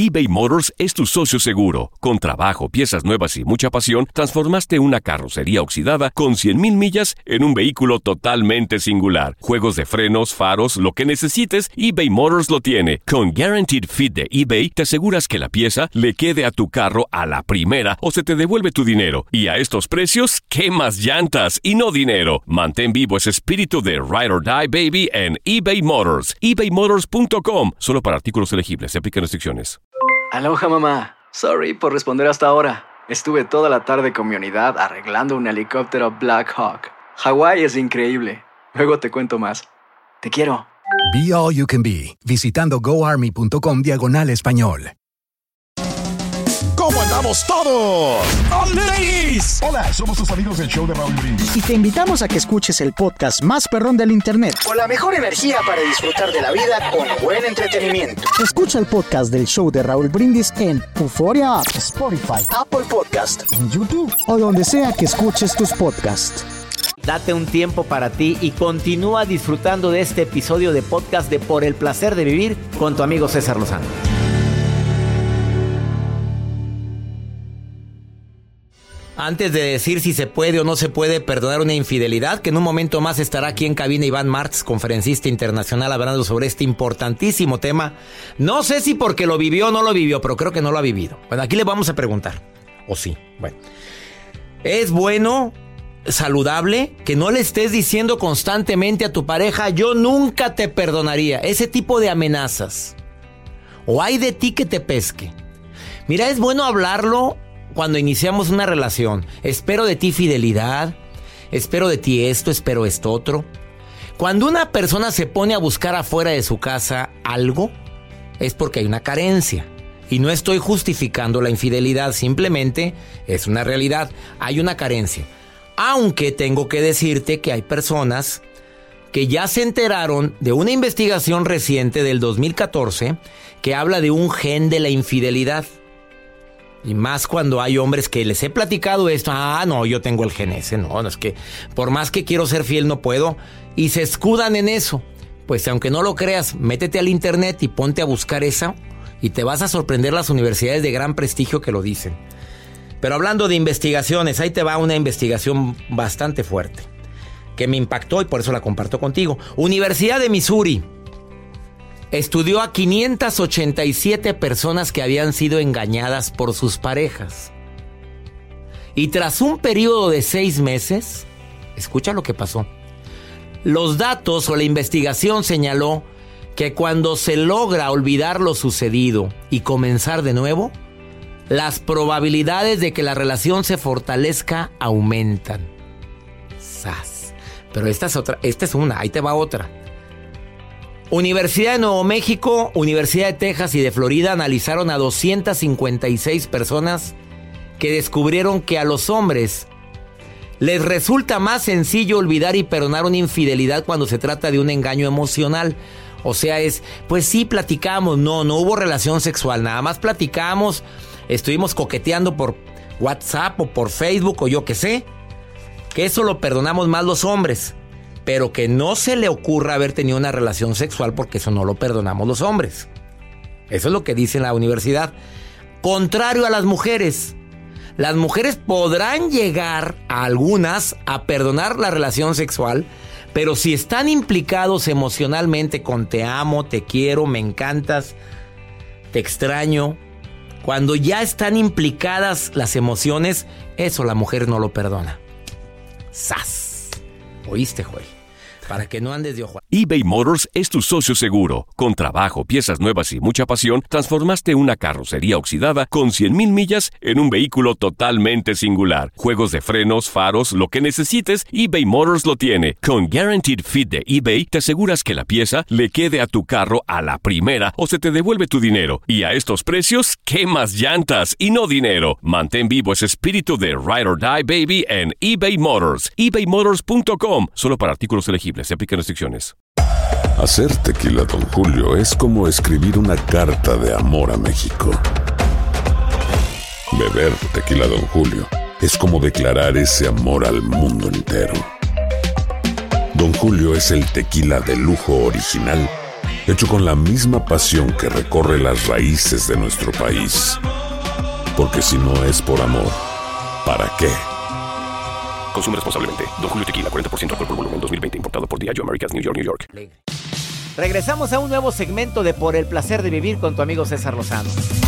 eBay Motors es tu socio seguro. Con trabajo, piezas nuevas y mucha pasión, transformaste una carrocería oxidada con 100,000 millas en un vehículo totalmente singular. Juegos de frenos, faros, lo que necesites, eBay Motors lo tiene. Con Guaranteed Fit de eBay, te aseguras que la pieza le quede a tu carro a la primera o se te devuelve tu dinero. Y a estos precios, ¿quemas llantas y no dinero? Mantén vivo ese espíritu de Ride or Die, baby, en eBay Motors. ebaymotors.com. Solo para artículos elegibles. Se aplican restricciones. Aloha, mamá. Sorry por responder hasta ahora. Estuve toda la tarde con mi unidad arreglando un helicóptero Black Hawk. Hawái es increíble. Luego te cuento más. Te quiero. Be All You Can Be, visitando goarmy.com/español. ¿Cómo andamos todos? ¡Ladies! Hola, somos tus amigos del show de Raúl Brindis. Y te invitamos a que escuches el podcast más perrón del internet. Con la mejor energía para disfrutar de la vida con buen entretenimiento. Escucha el podcast del show de Raúl Brindis en Euforia App, Spotify, Apple Podcast, en YouTube o donde sea que escuches tus podcasts. Date un tiempo para ti y continúa disfrutando de este episodio de podcast de Por el Placer de Vivir con tu amigo César Lozano. Antes de decir si se puede o no se puede perdonar una infidelidad, que en un momento más estará aquí en cabina Iván Martz, conferencista internacional, hablando sobre este importantísimo tema. No sé si porque lo vivió o no lo vivió, pero creo que no lo ha vivido. Bueno, aquí le vamos a preguntar. ¿O sí? Bueno. ¿Es bueno, saludable, que no le estés diciendo constantemente a tu pareja, yo nunca te perdonaría? Ese tipo de amenazas. ¿O hay de ti que te pesque? Mira, es bueno hablarlo cuando iniciamos una relación. Espero de ti fidelidad, espero de ti esto, espero esto otro. Cuando una persona se pone a buscar afuera de su casa algo, es porque hay una carencia. Y no estoy justificando la infidelidad, simplemente es una realidad. Hay una carencia. Aunque tengo que decirte que hay personas que ya se enteraron de una investigación reciente del 2014 que habla de un gen de la infidelidad. Y más cuando hay hombres que les he platicado esto. No, yo tengo el gen ese. No, es que por más que quiero ser fiel no puedo. Y se escudan en eso. Pues aunque no lo creas, métete al internet y ponte a buscar esa. Y te vas a sorprender las universidades de gran prestigio que lo dicen. Pero hablando de investigaciones, ahí te va una investigación bastante fuerte. Que me impactó y por eso la comparto contigo. Universidad de Missouri estudió a 587 personas que habían sido engañadas por sus parejas. Y tras un periodo de 6 meses, escucha lo que pasó. Los datos o la investigación señaló que cuando se logra olvidar lo sucedido y comenzar de nuevo, las probabilidades de que la relación se fortalezca aumentan. ¡Sas! Pero esta es una, ahí te va otra. Universidad de Nuevo México, Universidad de Texas y de Florida analizaron a 256 personas que descubrieron que a los hombres les resulta más sencillo olvidar y perdonar una infidelidad cuando se trata de un engaño emocional. O sea, pues sí, platicamos, no hubo relación sexual, nada más platicamos, estuvimos coqueteando por WhatsApp o por Facebook o yo qué sé, que eso lo perdonamos más los hombres. Pero que no se le ocurra haber tenido una relación sexual porque eso no lo perdonamos los hombres. Eso es lo que dice la universidad. Contrario a las mujeres. Las mujeres podrán llegar a algunas a perdonar la relación sexual, pero si están implicados emocionalmente con te amo, te quiero, me encantas, te extraño, cuando ya están implicadas las emociones, eso la mujer no lo perdona. ¡Sas! ¿Oíste, Joel? Para que no andes de ojo. eBay Motors es tu socio seguro. Con trabajo, piezas nuevas y mucha pasión, transformaste una carrocería oxidada con 100,000 millas en un vehículo totalmente singular. Juegos de frenos, faros, lo que necesites, eBay Motors lo tiene. Con Guaranteed Fit de eBay, te aseguras que la pieza le quede a tu carro a la primera o se te devuelve tu dinero. Y a estos precios, ¿quemas llantas y no dinero? Mantén vivo ese espíritu de Ride or Die, baby, en eBay Motors. ebaymotors.com. Solo para artículos elegibles. Se aplican restricciones. Hacer tequila Don Julio es como escribir una carta de amor a México. Beber tequila Don Julio es como declarar ese amor al mundo entero. Don Julio es el tequila de lujo original, hecho con la misma pasión que recorre las raíces de nuestro país. Porque si no es por amor, ¿para qué? Consume responsablemente. Don Julio Tequila, 40% alcohol por volumen, 2020. Importado por Diageo Americas, New York, New York. Regresamos a un nuevo segmento de Por el Placer de Vivir con tu amigo César Lozano.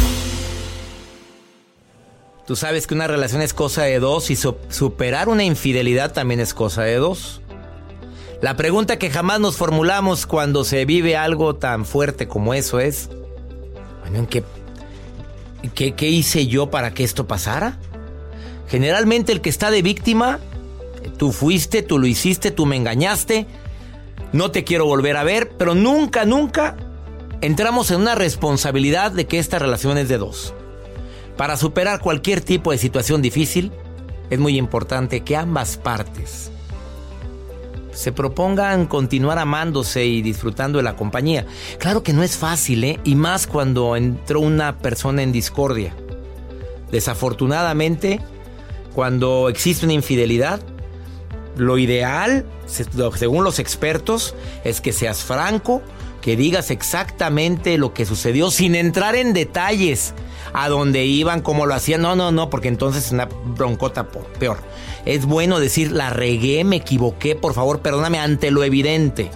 Tú sabes que una relación es cosa de dos y superar una infidelidad también es cosa de dos. La pregunta que jamás nos formulamos cuando se vive algo tan fuerte como eso es... Bueno, ¿qué hice yo para que esto pasara? Generalmente el que está de víctima, tú fuiste, tú lo hiciste, tú me engañaste, no te quiero volver a ver, pero nunca entramos en una responsabilidad de que esta relación es de dos. Para superar cualquier tipo de situación difícil, es muy importante que ambas partes se propongan continuar amándose y disfrutando de la compañía. Claro que no es fácil, y más cuando entró una persona en discordia. Desafortunadamente, cuando existe una infidelidad, lo ideal, según los expertos, es que seas franco, que digas exactamente lo que sucedió sin entrar en detalles, a dónde iban, cómo lo hacían. No, porque entonces es una broncota peor. Es bueno decir, la regué, me equivoqué, por favor, perdóname, ante lo evidente.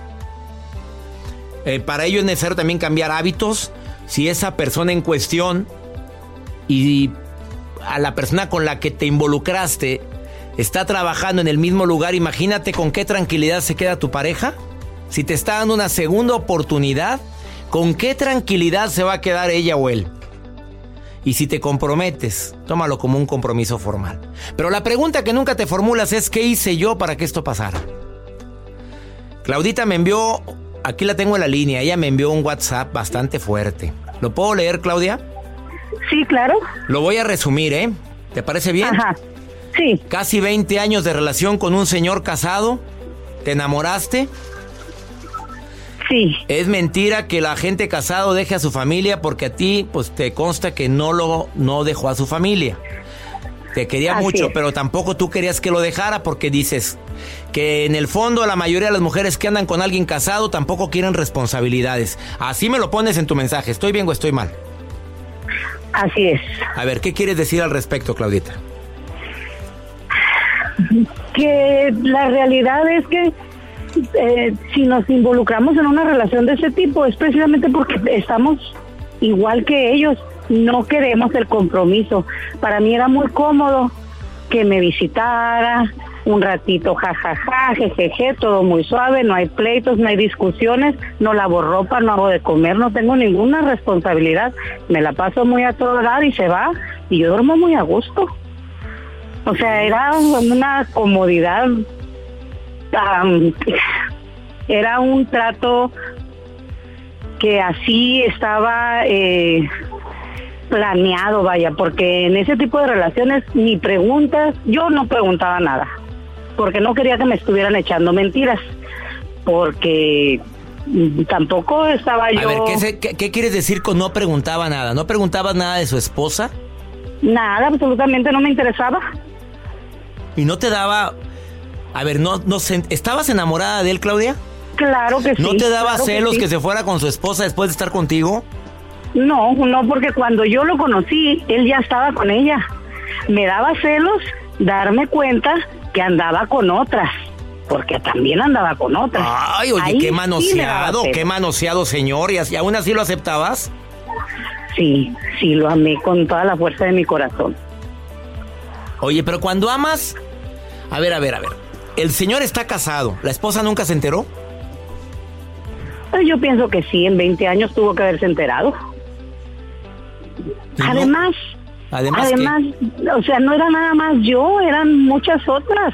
Para ello es necesario también cambiar hábitos. Si esa persona en cuestión y a la persona con la que te involucraste está trabajando en el mismo lugar, imagínate con qué tranquilidad se queda tu pareja. Si te está dando una segunda oportunidad, ¿con qué tranquilidad se va a quedar ella o él? Y si te comprometes, tómalo como un compromiso formal. Pero la pregunta que nunca te formulas es, ¿qué hice yo para que esto pasara? Claudita me envió, aquí la tengo en la línea, ella me envió un WhatsApp bastante fuerte. ¿Lo puedo leer, Claudia? Sí, claro. Lo voy a resumir, ¿eh? ¿Te parece bien? Ajá, sí. Casi 20 años de relación con un señor casado. ¿Te enamoraste? Sí. Es mentira que la gente casado deje a su familia porque a ti, pues, te consta que no dejó a su familia. Te quería Así mucho, es. pero tampoco tú querías que lo dejara porque dices que en el fondo la mayoría de las mujeres que andan con alguien casado tampoco quieren responsabilidades. Así me lo pones en tu mensaje. ¿Estoy bien o estoy mal? Así es. A ver, ¿qué quieres decir al respecto, Claudita? Que la realidad es que si nos involucramos en una relación de ese tipo es precisamente porque estamos igual que ellos, no queremos el compromiso. Para mí era muy cómodo que me visitara un ratito, jajaja, jejeje, todo muy suave, no hay pleitos, no hay discusiones, no lavo ropa, no hago de comer, no tengo ninguna responsabilidad, me la paso muy a todo dar y se va, y yo duermo muy a gusto. O sea, era una comodidad, era un trato que así estaba planeado, vaya, porque en ese tipo de relaciones ni preguntas, yo no preguntaba nada, porque no quería que me estuvieran echando mentiras, porque tampoco estaba yo... A ver, ¿qué quieres decir con no preguntaba nada? ¿No preguntabas nada de su esposa? Nada, absolutamente no me interesaba. ¿Y no te daba... A ver, ¿estabas enamorada de él, Claudia? Claro que sí. ¿No te daba claro celos sí. que se fuera con su esposa después de estar contigo? No, porque cuando yo lo conocí, él ya estaba con ella. Me daba celos darme cuenta que andaba con otras, porque también andaba con otras. Ay, oye, ahí qué sí manoseado, señor. ¿Y aún así lo aceptabas? Sí, lo amé con toda la fuerza de mi corazón. Oye, pero cuando amas... A ver. El señor está casado. ¿La esposa nunca se enteró? Pues yo pienso que sí, en 20 años tuvo que haberse enterado. Además, o sea, no era nada más yo, eran muchas otras.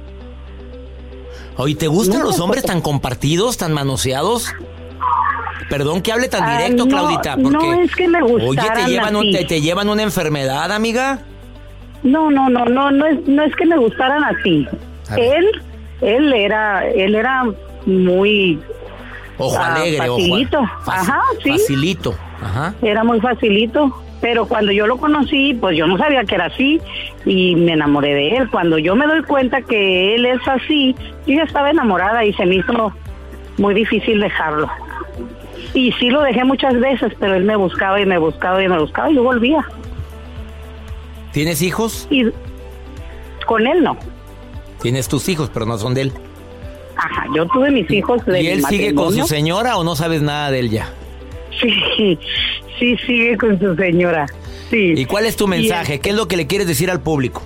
Oye, ¿te gustan los hombres tan compartidos, tan manoseados? Perdón que hable tan directo, no, Claudita, porque... No es que me gustaran. Oye, ¿te llevan una enfermedad, amiga? No es que me gustaran así. Él era muy... Ojo alegre, facilito. Ajá, sí. Facilito, ajá. Era muy facilito. Pero cuando yo lo conocí, pues yo no sabía que era así y me enamoré de él. Cuando yo me doy cuenta que él es así, yo ya estaba enamorada y se me hizo muy difícil dejarlo. Y sí lo dejé muchas veces, pero él me buscaba y me buscaba y me buscaba y yo volvía. ¿Tienes hijos? Y con él no. Tienes tus hijos, pero no son de él. Ajá, yo tuve mis hijos de ¿Y él sigue con su señora o no sabes nada de él ya? Sí, sigue con su señora. Sí. ¿Y cuál es tu mensaje? ¿Qué es lo que le quieres decir al público?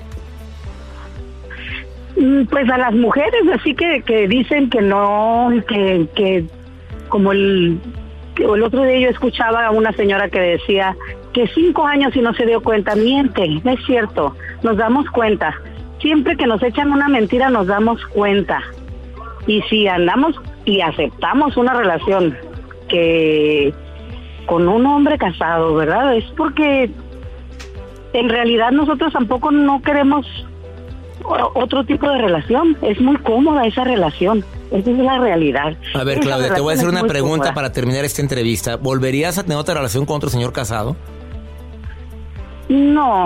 Pues a las mujeres, así que dicen que no, que como el otro día yo escuchaba a una señora que decía que 5 años y no se dio cuenta. Miente, no es cierto, nos damos cuenta. Siempre que nos echan una mentira nos damos cuenta. Y si andamos y aceptamos una relación que con un hombre casado, ¿verdad? Es porque en realidad nosotros tampoco no queremos otro tipo de relación. Es muy cómoda esa relación. Esa es la realidad. A ver, Claudia, te voy a hacer una pregunta para terminar esta entrevista. ¿Volverías a tener otra relación con otro señor casado? No,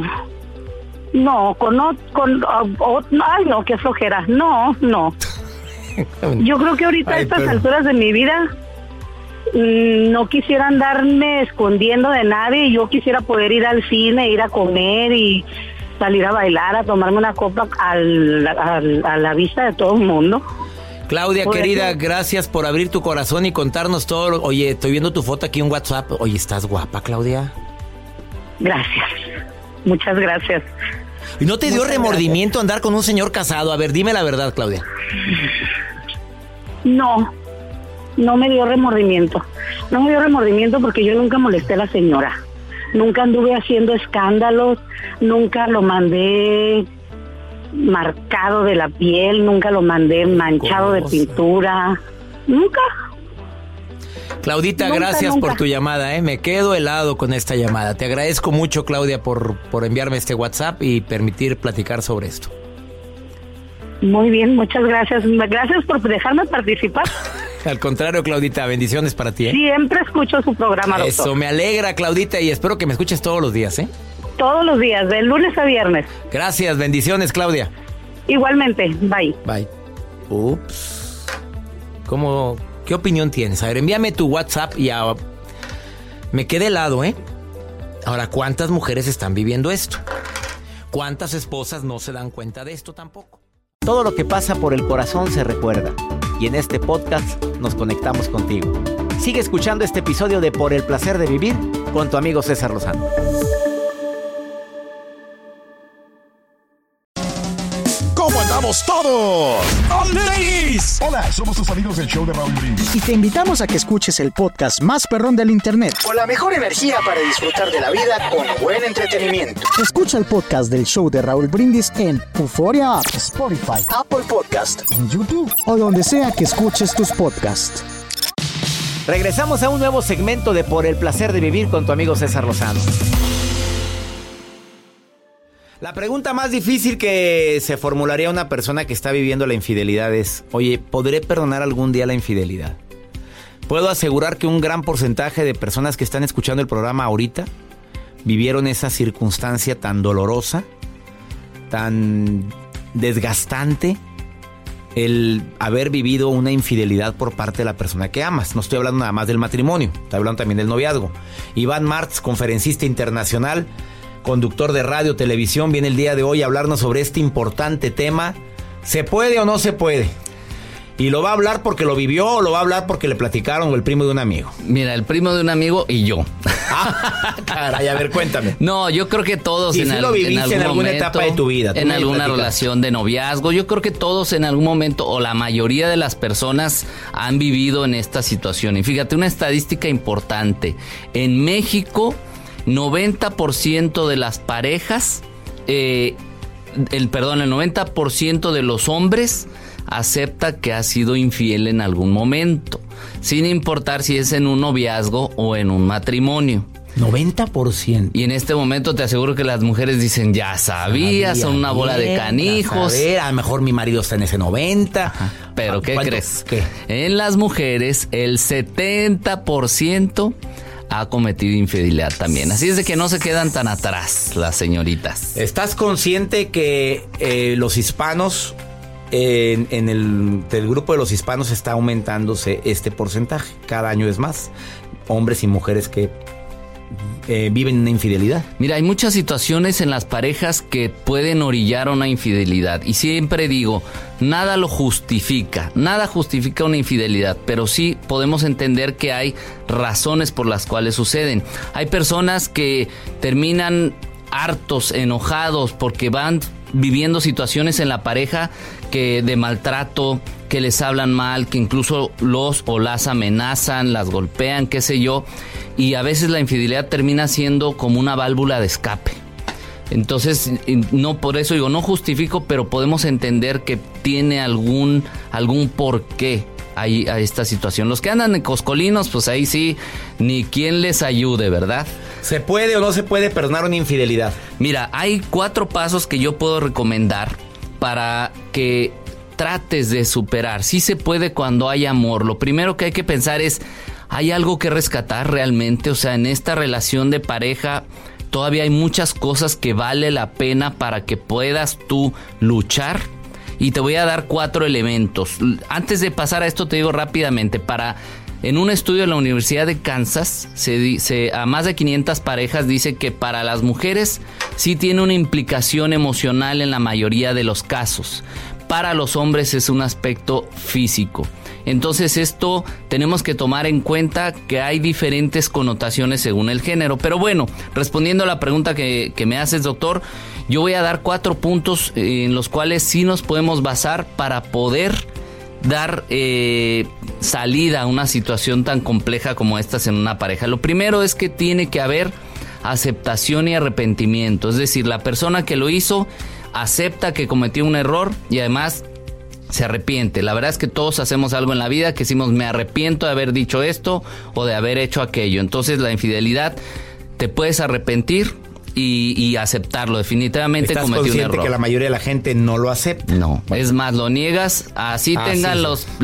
ay no, qué flojera. No. Yo creo que ahorita a estas alturas de mi vida no quisiera andarme escondiendo de nadie. Yo quisiera poder ir al cine, ir a comer y salir a bailar, a tomarme una copa a la vista de todo el mundo. Claudia, querida, gracias por abrir tu corazón y contarnos todo. Oye, estoy viendo tu foto aquí en WhatsApp. Oye, ¿estás guapa, Claudia? Gracias, muchas gracias. ¿Y no te dio remordimiento andar con un señor casado? A ver, dime la verdad, Claudia. No me dio remordimiento. No me dio remordimiento porque yo nunca molesté a la señora. Nunca anduve haciendo escándalos, nunca lo mandé marcado de la piel, nunca lo mandé manchado de pintura. Nunca. Claudita, gracias por tu llamada, Me quedo helado con esta llamada. Te agradezco mucho, Claudia, por enviarme este WhatsApp y permitir platicar sobre esto. Muy bien, muchas gracias. Gracias por dejarme participar. Al contrario, Claudita, bendiciones para ti, Siempre escucho su programa, doctor. Eso, me alegra, Claudita, y espero que me escuches todos los días, Todos los días, de lunes a viernes. Gracias, bendiciones, Claudia. Igualmente, bye. Bye. Ups. ¿Qué opinión tienes? A ver, envíame tu WhatsApp y me quedé helado, Ahora, ¿cuántas mujeres están viviendo esto? ¿Cuántas esposas no se dan cuenta de esto tampoco? Todo lo que pasa por el corazón se recuerda. Y en este podcast nos conectamos contigo. Sigue escuchando este episodio de Por el Placer de Vivir con tu amigo César Lozano. ¿Cómo andamos todos? ¡Ladies! Hola, somos tus amigos del show de Raúl Brindis. Y te invitamos a que escuches el podcast más perrón del internet. Con la mejor energía para disfrutar de la vida con buen entretenimiento. Escucha el podcast del show de Raúl Brindis en Euforia App, Spotify, Apple Podcast, en YouTube o donde sea que escuches tus podcasts. Regresamos a un nuevo segmento de Por el Placer de Vivir con tu amigo César Lozano. La pregunta más difícil que se formularía a una persona que está viviendo la infidelidad es: oye, ¿podré perdonar algún día la infidelidad? Puedo asegurar que un gran porcentaje de personas que están escuchando el programa ahorita vivieron esa circunstancia tan dolorosa, tan desgastante, el haber vivido una infidelidad por parte de la persona que amas. No estoy hablando nada más del matrimonio, estoy hablando también del noviazgo. Iván Martz, conferencista internacional, conductor de radio, televisión, viene el día de hoy a hablarnos sobre este importante tema. ¿Se puede o no se puede? ¿Y lo va a hablar porque lo vivió o lo va a hablar porque le platicaron o el primo de un amigo? Mira, el primo de un amigo y yo. Caray, a ver, cuéntame. No, yo creo que todos en alguna momento, etapa de tu vida. En alguna relación de noviazgo, yo creo que todos en algún momento o la mayoría de las personas han vivido en esta situación. Y fíjate, una estadística importante. En México, 90% de las parejas, el 90% de los hombres acepta que ha sido infiel en algún momento, sin importar si es en un noviazgo o en un matrimonio. 90%. Y en este momento te aseguro que las mujeres dicen, ya sabía, son una bola de canijos. A lo mejor mi marido está en ese 90%. Ajá. Pero ¿qué crees? ¿Qué? En las mujeres, el 70% ha cometido infidelidad también. Así es de que no se quedan tan atrás las señoritas. ¿Estás consciente que los hispanos, en el grupo de los hispanos está aumentándose este porcentaje? Cada año es más. hombres y mujeres que viven una infidelidad? Mira, hay muchas situaciones en las parejas que pueden orillar a una infidelidad. Y siempre digo, nada lo justifica, nada justifica una infidelidad, pero sí podemos entender que hay razones por las cuales suceden. Hay personas que terminan hartos, enojados, porque van viviendo situaciones en la pareja que de maltrato, que les hablan mal, que incluso los o las amenazan, las golpean, qué sé yo, y a veces la infidelidad termina siendo como una válvula de escape. Entonces, no, por eso digo, no justifico, pero podemos entender que tiene algún porqué a esta situación. Los que andan en coscolinos, pues ahí sí, ni quien les ayude, ¿verdad? ¿Se puede o no se puede perdonar una infidelidad? Mira, hay 4 pasos que yo puedo recomendar para que trates de superar. Sí se puede cuando hay amor. Lo primero que hay que pensar es, ¿hay algo que rescatar realmente? O sea, en esta relación de pareja todavía hay muchas cosas que vale la pena para que puedas tú luchar. Y te voy a dar 4 elementos. Antes de pasar a esto te digo rápidamente, en un estudio de la Universidad de Kansas, a más de 500 parejas dice que para las mujeres sí tiene una implicación emocional en la mayoría de los casos. Para los hombres es un aspecto físico. Entonces esto tenemos que tomar en cuenta que hay diferentes connotaciones según el género. Pero bueno, respondiendo a la pregunta que me haces, doctor, yo voy a dar 4 puntos en los cuales sí nos podemos basar para poder dar salida a una situación tan compleja como estas en una pareja. Lo primero es que tiene que haber aceptación y arrepentimiento. Es decir, la persona que lo hizo acepta que cometió un error y además se arrepiente. La verdad es que todos hacemos algo en la vida que decimos, me arrepiento de haber dicho esto o de haber hecho aquello. Entonces la infidelidad, te puedes arrepentir y aceptarlo. Definitivamente cometí un error. ¿Estás consciente que la mayoría de la gente no lo acepta? No. Es más, lo niegas, así tengan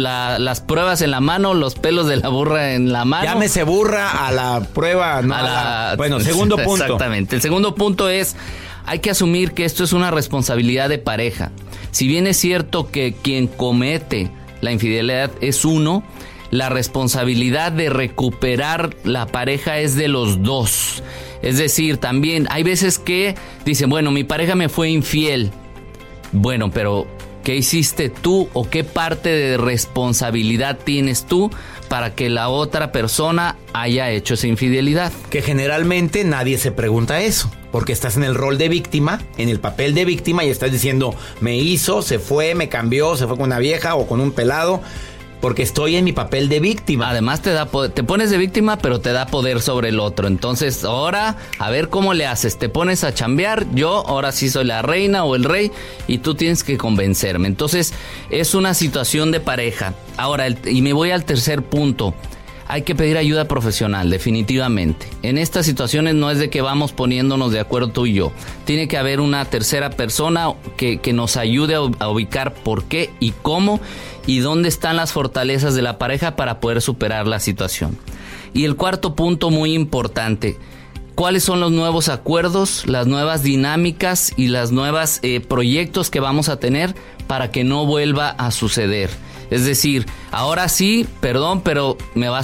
las pruebas en la mano, los pelos de la burra en la mano. Llámese burra a la prueba, no Bueno, segundo punto. Exactamente. El segundo punto es, hay que asumir que esto es una responsabilidad de pareja. Si bien es cierto que quien comete la infidelidad es uno, la responsabilidad de recuperar la pareja es de los dos. Es decir, también hay veces que dicen, bueno, mi pareja me fue infiel. Bueno, pero ¿qué hiciste tú o qué parte de responsabilidad tienes tú para que la otra persona haya hecho esa infidelidad? Que generalmente nadie se pregunta eso, porque estás en el rol de víctima, en el papel de víctima, y estás diciendo, me hizo, se fue, me cambió, se fue con una vieja o con un pelado, porque estoy en mi papel de víctima. Además te pones de víctima, pero te da poder sobre el otro. Entonces ahora, a ver cómo le haces. Te pones a chambear, yo ahora sí soy la reina o el rey y tú tienes que convencerme. Entonces es una situación de pareja. Ahora, y me voy al tercer punto. Hay que pedir ayuda profesional, definitivamente. En estas situaciones no es de que vamos poniéndonos de acuerdo tú y yo. Tiene que haber una tercera persona que nos ayude a ubicar por qué y cómo y dónde están las fortalezas de la pareja para poder superar la situación. Y el cuarto punto muy importante, ¿cuáles son los nuevos acuerdos, las nuevas dinámicas y las nuevas proyectos que vamos a tener para que no vuelva a suceder? Es decir, ahora sí, perdón, pero me vas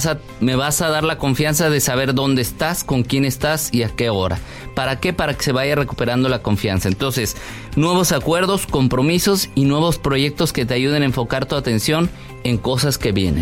a dar la confianza de saber dónde estás, con quién estás y a qué hora. ¿Para qué? Para que se vaya recuperando la confianza. Entonces, nuevos acuerdos, compromisos y nuevos proyectos que te ayuden a enfocar tu atención en cosas que vienen.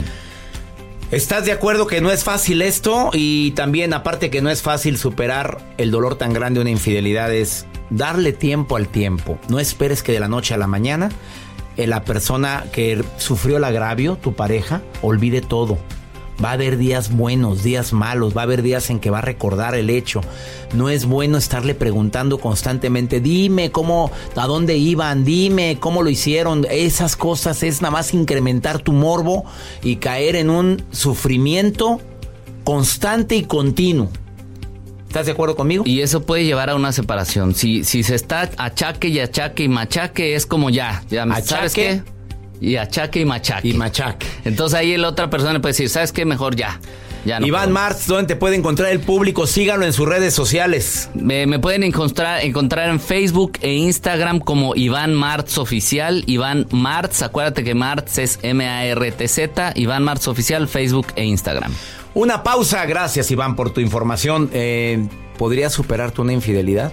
¿Estás de acuerdo que no es fácil esto? Y también, aparte que no es fácil superar el dolor tan grande de una infidelidad, es darle tiempo al tiempo. No esperes que de la noche a la mañana la persona que sufrió el agravio, tu pareja, olvide todo. Va a haber días buenos, días malos, va a haber días en que va a recordar el hecho. No es bueno estarle preguntando constantemente, dime cómo, a dónde iban, dime cómo lo hicieron. Esas cosas es nada más incrementar tu morbo y caer en un sufrimiento constante y continuo. ¿Estás de acuerdo conmigo? Y eso puede llevar a una separación. Si se está achaque y machaque, es como ya ¿sabes qué? Y achaque y machaque. Y machaque. Entonces ahí la otra persona le puede decir, ¿sabes qué? Mejor ya no Iván Martz, ¿dónde te puede encontrar el público? Síganlo en sus redes sociales. Me pueden encontrar en Facebook e Instagram como Iván Martz Oficial. Iván Martz, acuérdate que Martz es M-A-R-T-Z. Iván Martz Oficial, Facebook e Instagram. Una pausa. Gracias, Iván, por tu información. ¿Podrías superarte una infidelidad?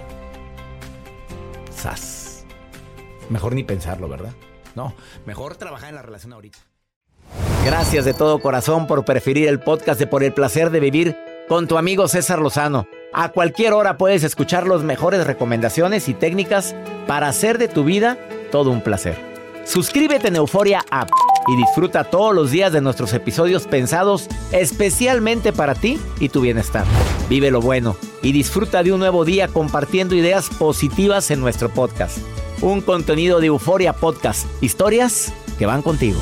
¡Sas! Mejor ni pensarlo, ¿verdad? No, mejor trabajar en la relación ahorita. Gracias de todo corazón por preferir el podcast de Por el Placer de Vivir con tu amigo César Lozano. A cualquier hora puedes escuchar las mejores recomendaciones y técnicas para hacer de tu vida todo un placer. Suscríbete en Euforia App y disfruta todos los días de nuestros episodios pensados especialmente para ti y tu bienestar. Vive lo bueno y disfruta de un nuevo día compartiendo ideas positivas en nuestro podcast. Un contenido de Euforia Podcast. Historias que van contigo.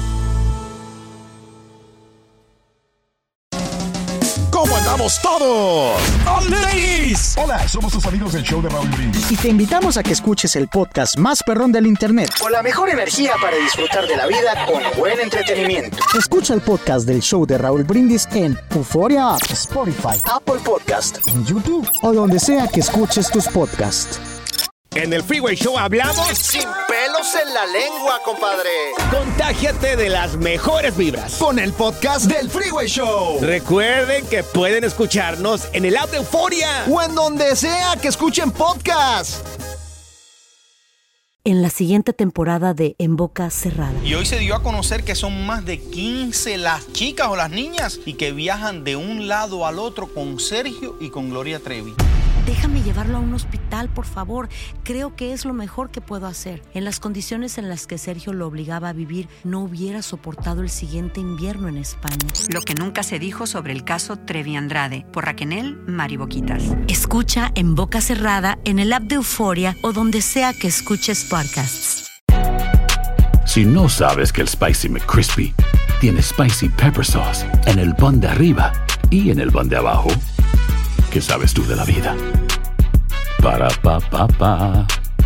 ¿Cómo andamos todos? ¡Ladies! Hola, somos tus amigos del show de Raúl Brindis. Y te invitamos a que escuches el podcast más perrón del internet. Con la mejor energía para disfrutar de la vida con buen entretenimiento. Escucha el podcast del show de Raúl Brindis en Euforia App, Spotify, Apple Podcast, en YouTube o donde sea que escuches tus podcasts. En el Freeway Show hablamos sin pelos en la lengua, compadre. Contágiate de las mejores vibras Con el podcast del Freeway Show. Recuerden que pueden escucharnos en el app de Euforia O en donde sea que escuchen podcast. En la siguiente temporada de En Boca Cerrada. Y hoy se dio a conocer que son más de 15 las chicas o las niñas y que viajan de un lado al otro con Sergio y con Gloria Trevi. Déjame llevarlo a un hospital, por favor. Creo que es lo mejor que puedo hacer. En las condiciones en las que Sergio lo obligaba a vivir, no hubiera soportado el siguiente invierno en España. Lo que nunca se dijo sobre el caso Trevi Andrade, por Raquel Mariboquitas. Escucha En Boca Cerrada, en el app de Euforia o donde sea que escuches podcasts. Si no sabes que el Spicy McCrispy tiene Spicy Pepper Sauce en el pan de arriba y en el pan de abajo, ¿qué sabes tú de la vida? Para, pa, pa, pa.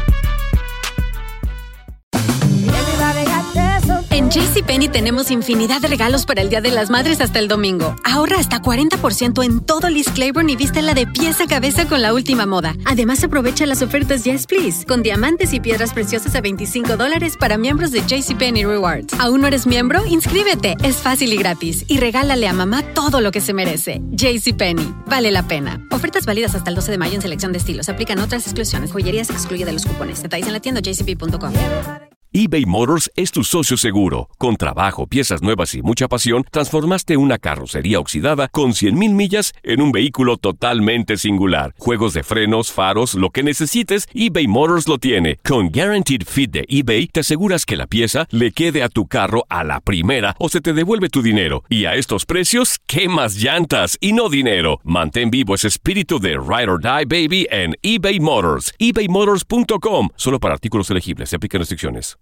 En JCPenney tenemos infinidad de regalos para el Día de las Madres hasta el domingo. Ahorra hasta 40% en todo Liz Claiborne y vístela de pies a cabeza con la última moda. Además, aprovecha las ofertas Yes Please, con diamantes y piedras preciosas a $25 para miembros de JCPenney Rewards. ¿Aún no eres miembro? Inscríbete. Es fácil y gratis. Y regálale a mamá todo lo que se merece. JCPenney. Vale la pena. Ofertas válidas hasta el 12 de mayo en selección de estilos. Aplican otras exclusiones. Joyería se excluye de los cupones. Detalles en la tienda jcp.com. eBay Motors es tu socio seguro. Con trabajo, piezas nuevas y mucha pasión, transformaste una carrocería oxidada con 100,000 millas en un vehículo totalmente singular. Juegos de frenos, faros, lo que necesites, eBay Motors lo tiene. Con Guaranteed Fit de eBay, te aseguras que la pieza le quede a tu carro a la primera o se te devuelve tu dinero. Y a estos precios, ¿qué más llantas y no dinero? Mantén vivo ese espíritu de Ride or Die, baby, en eBay Motors. ebaymotors.com. Solo para artículos elegibles. Se aplican restricciones.